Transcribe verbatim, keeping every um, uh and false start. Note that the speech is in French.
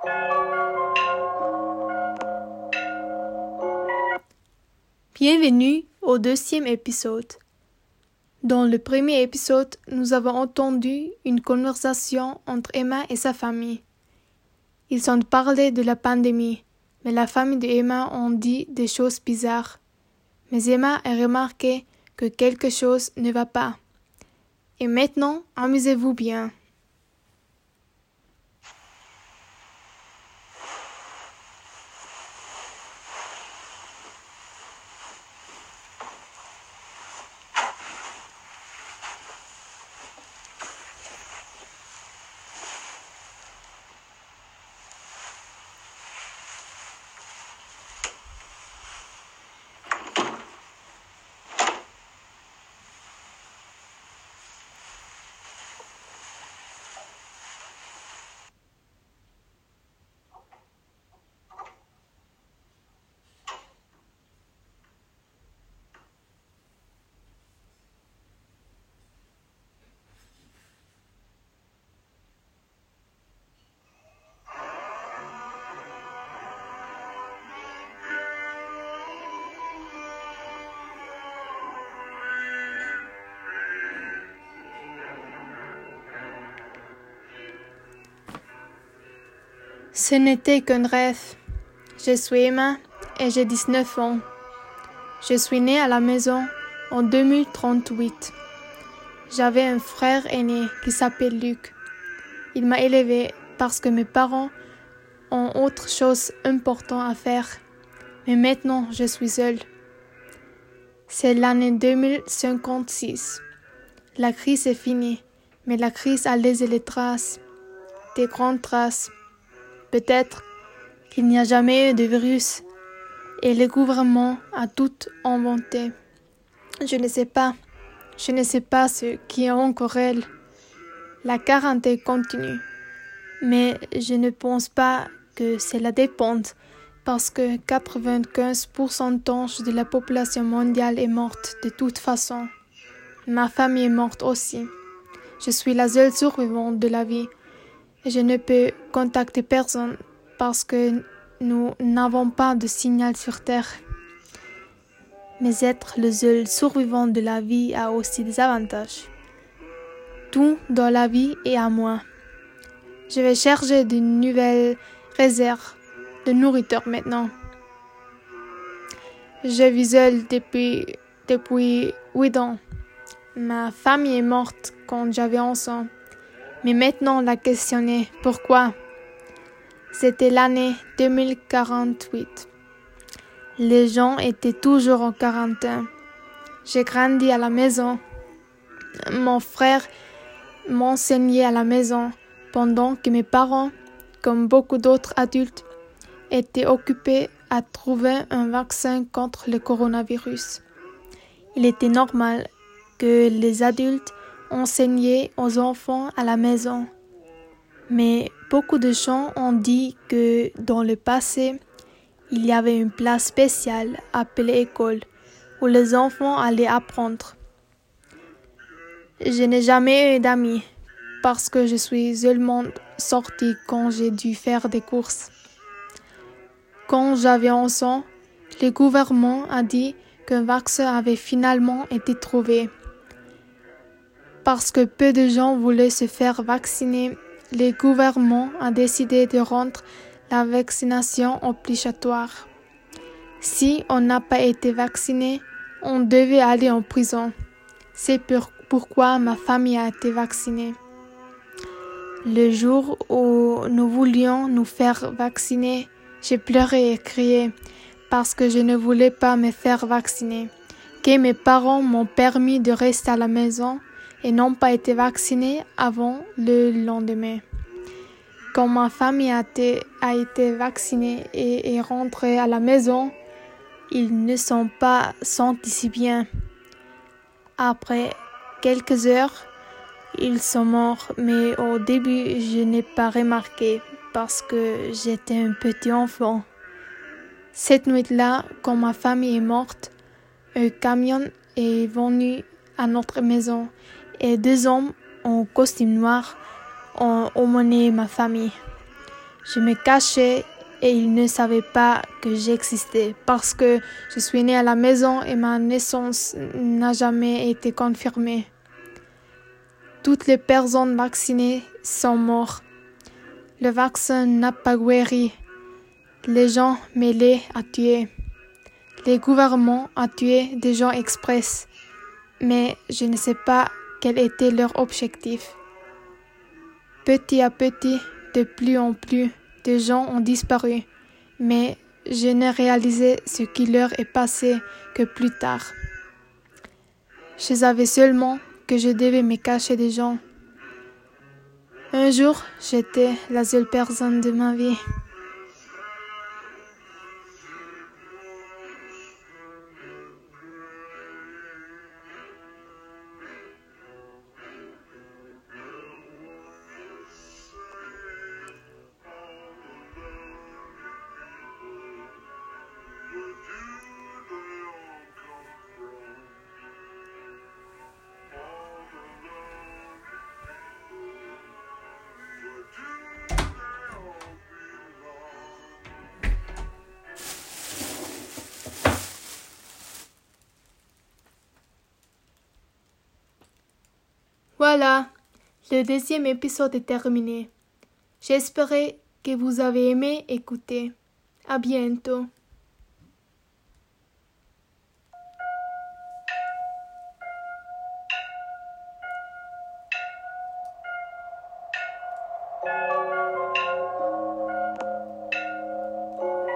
Bienvenue au deuxième épisode. Dans le premier épisode, nous avons entendu une conversation entre Emma et sa famille. Ils ont parlé de la pandémie, mais la famille de Emma ont dit des choses bizarres. Mais Emma a remarqué que quelque chose ne va pas. Et maintenant, amusez-vous bien. Ce n'était qu'un rêve. Je suis Emma et j'ai dix-neuf ans. Je suis née à la maison en deux mille trente-huit. J'avais un frère aîné qui s'appelle Luc. Il m'a élevée parce que mes parents ont autre chose importante à faire. Mais maintenant, je suis seule. C'est l'année deux mille cinquante-six. La crise est finie, mais la crise a laissé les traces, des grandes traces. Peut-être qu'il n'y a jamais eu de virus et le gouvernement a tout inventé. Je ne sais pas. Je ne sais pas ce qui est encore réel. La quarantaine continue. Mais je ne pense pas que cela dépende parce que quatre-vingt-quinze pour cent de la population mondiale est morte de toute façon. Ma famille est morte aussi. Je suis la seule survivante de la vie. Et je ne peux contacter personne parce que nous n'avons pas de signal sur Terre. Mais être le seul survivant de la vie a aussi des avantages. Tout dans la vie est à moi. Je vais chercher de nouvelles réserves de nourriture maintenant. Je vis seule depuis, depuis huit ans. Ma famille est morte quand j'avais onze ans. Mais maintenant, la question est pourquoi? C'était l'année deux mille quarante-huit. Les gens étaient toujours en quarantaine. J'ai grandi à la maison. Mon frère m'enseignait à la maison pendant que mes parents, comme beaucoup d'autres adultes, étaient occupés à trouver un vaccin contre le coronavirus. Il était normal que les adultes enseigner aux enfants à la maison. Mais beaucoup de gens ont dit que dans le passé, il y avait une place spéciale appelée école où les enfants allaient apprendre. Je n'ai jamais eu d'amis parce que je suis seulement sortie quand j'ai dû faire des courses. Quand j'avais onze ans, le gouvernement a dit qu'un vaccin avait finalement été trouvé. Parce que peu de gens voulaient se faire vacciner, le gouvernement a décidé de rendre la vaccination obligatoire. Si on n'a pas été vacciné, on devait aller en prison. C'est pour, pourquoi ma famille a été vaccinée. Le jour où nous voulions nous faire vacciner, j'ai pleuré et crié parce que je ne voulais pas me faire vacciner, que mes parents m'ont permis de rester à la maison et n'ont pas été vaccinés avant le lendemain. Quand ma famille a été, a été vaccinée et est rentrée à la maison, ils ne sont pas sentis si bien. Après quelques heures, ils sont morts, mais au début, je n'ai pas remarqué parce que j'étais un petit enfant. Cette nuit-là, quand ma famille est morte, un camion est venu à notre maison et deux hommes en costume noir ont emmené ma famille. Je me cachais et ils ne savaient pas que j'existais parce que je suis née à la maison et ma naissance n'a jamais été confirmée. Toutes les personnes vaccinées sont mortes. Le vaccin n'a pas guéri. Les gens mêlés à tuer. Les gouvernements ont tué des gens express. Mais je ne sais pas quel était leur objectif. Petit à petit, de plus en plus de gens ont disparu, mais je n'ai réalisé ce qui leur est passé que plus tard. Je savais seulement que je devais me cacher des gens. Un jour, j'étais la seule personne de ma vie. Voilà, le deuxième épisode est terminé. J'espère que vous avez aimé écouter. À bientôt.